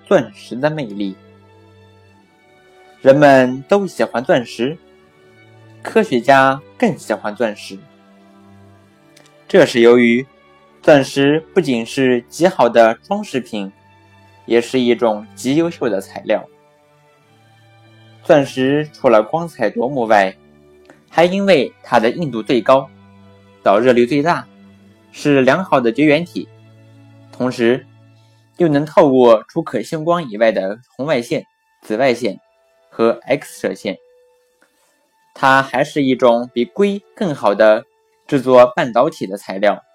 钻石的魅力。人们都喜欢钻石，科学家更喜欢钻石。这是由于钻石不仅是极好的装饰品，也是一种极优秀的材料。钻石除了光彩夺目外，还因为它的硬度最高，导热率最大，是良好的绝缘体，同时又能透过除可信光以外的红外线、紫外线和 X 射线。它还是一种比硅更好的制作半导体的材料。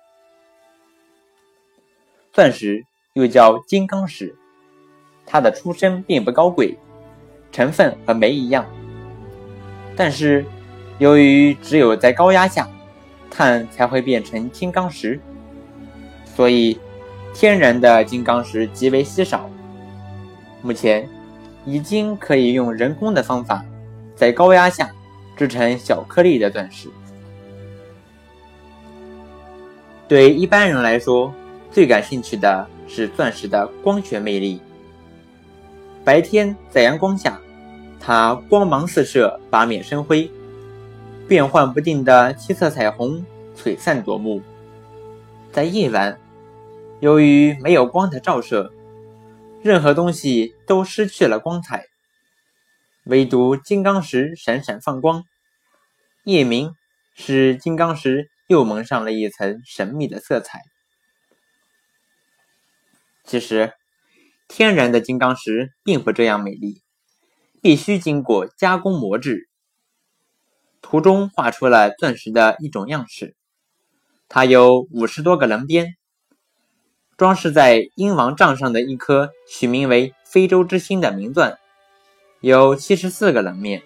钻石又叫金刚石，它的出身并不高贵，成分和煤一样，但是由于只有在高压下，碳才会变成金刚石，所以天然的金刚石极为稀少。目前已经可以用人工的方法在高压下制成小颗粒的钻石。对一般人来说，最感兴趣的是钻石的光学魅力。白天在阳光下，它光芒四射，八面生辉，变幻不定的七色彩虹璀璨夺目。在夜晚，由于没有光的照射，任何东西都失去了光彩，唯独金刚石闪闪放光，夜明使金刚石又蒙上了一层神秘的色彩。其实天然的金刚石并不这样美丽，必须经过加工磨制。图中画出了钻石的一种样式，它有50多个棱边，装饰在鹰王杖上的一颗取名为非洲之星的明钻有74个棱面。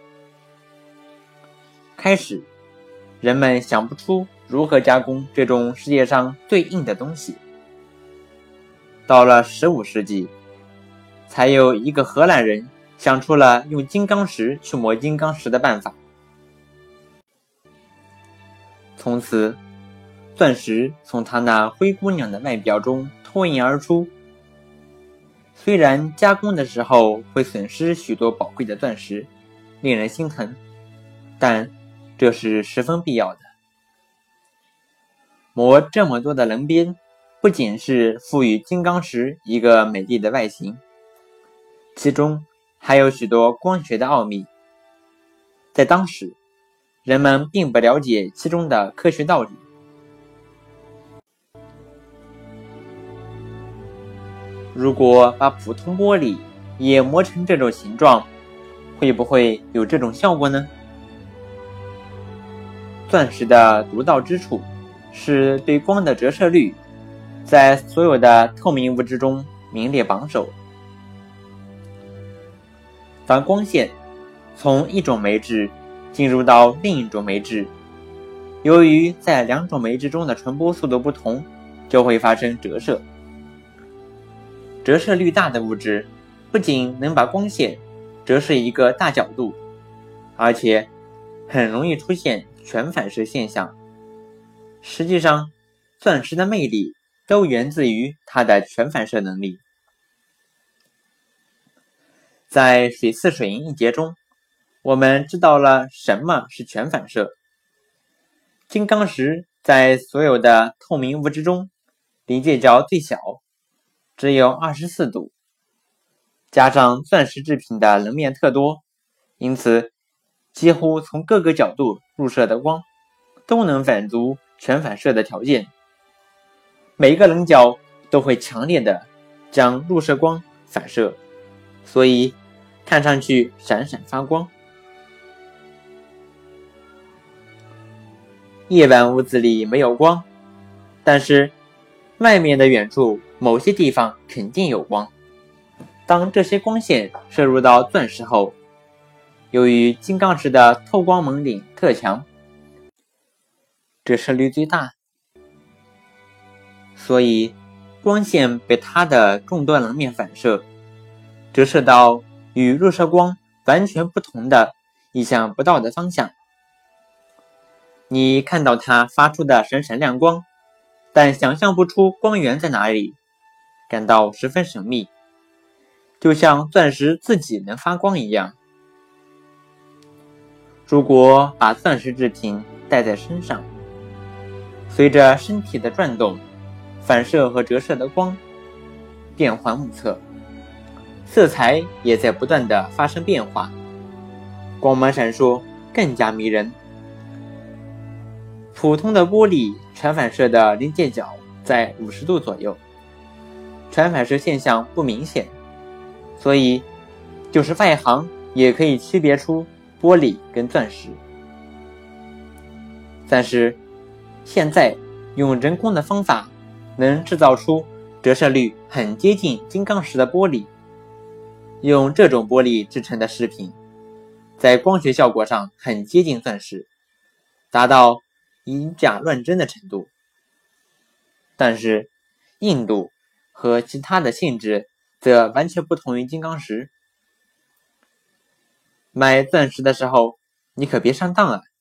开始人们想不出如何加工这种世界上最硬的东西，到了15世纪，才有一个荷兰人想出了用金刚石去磨金刚石的办法。从此，钻石从它那灰姑娘的外表中脱颖而出。虽然加工的时候会损失许多宝贵的钻石，令人心疼，但这是十分必要的。磨这么多的棱边，不仅是赋予金刚石一个美丽的外形，其中还有许多光学的奥秘。在当时，人们并不了解其中的科学道理。如果把普通玻璃也磨成这种形状，会不会有这种效果呢？钻石的独到之处是对光的折射率在所有的透明物质中名列榜首。当光线从一种媒质进入到另一种媒质，由于在两种媒质中的传播速度不同，就会发生折射。折射率大的物质不仅能把光线折射一个大角度，而且很容易出现全反射现象。实际上，钻石的魅力都源自于它的全反射能力。在水四水银一节中，我们知道了什么是全反射。金刚石在所有的透明物质中临界角最小，只有24度，加上钻石制品的棱面特多，因此几乎从各个角度入射的光都能满足全反射的条件，每个棱角都会强烈的将入射光反射，所以看上去闪闪发光。夜晚屋子里没有光，但是外面的远处某些地方肯定有光。当这些光线射入到钻石后，由于金刚石的透光蒙顶特强，折射率最大，所以光线被它的众多棱面反射，折射到与入射光完全不同的意想不到的方向。你看到它发出的闪闪亮光，但想象不出光源在哪里，感到十分神秘。 就像钻石自己能发光一样。如果把钻石制品戴在身上，随着身体的转动，反射和折射的光变幻莫测，色彩也在不断的发生变化，光芒闪烁，更加迷人。普通的玻璃传反射的临界角在50度左右，传反射现象不明显，所以就是外行也可以区别出玻璃跟钻石。但是现在用人工的方法能制造出折射率很接近金刚石的玻璃，用这种玻璃制成的饰品在光学效果上很接近钻石，达到以假乱真的程度。但是硬度和其他的性质则完全不同于金刚石。买钻石的时候你可别上当啊，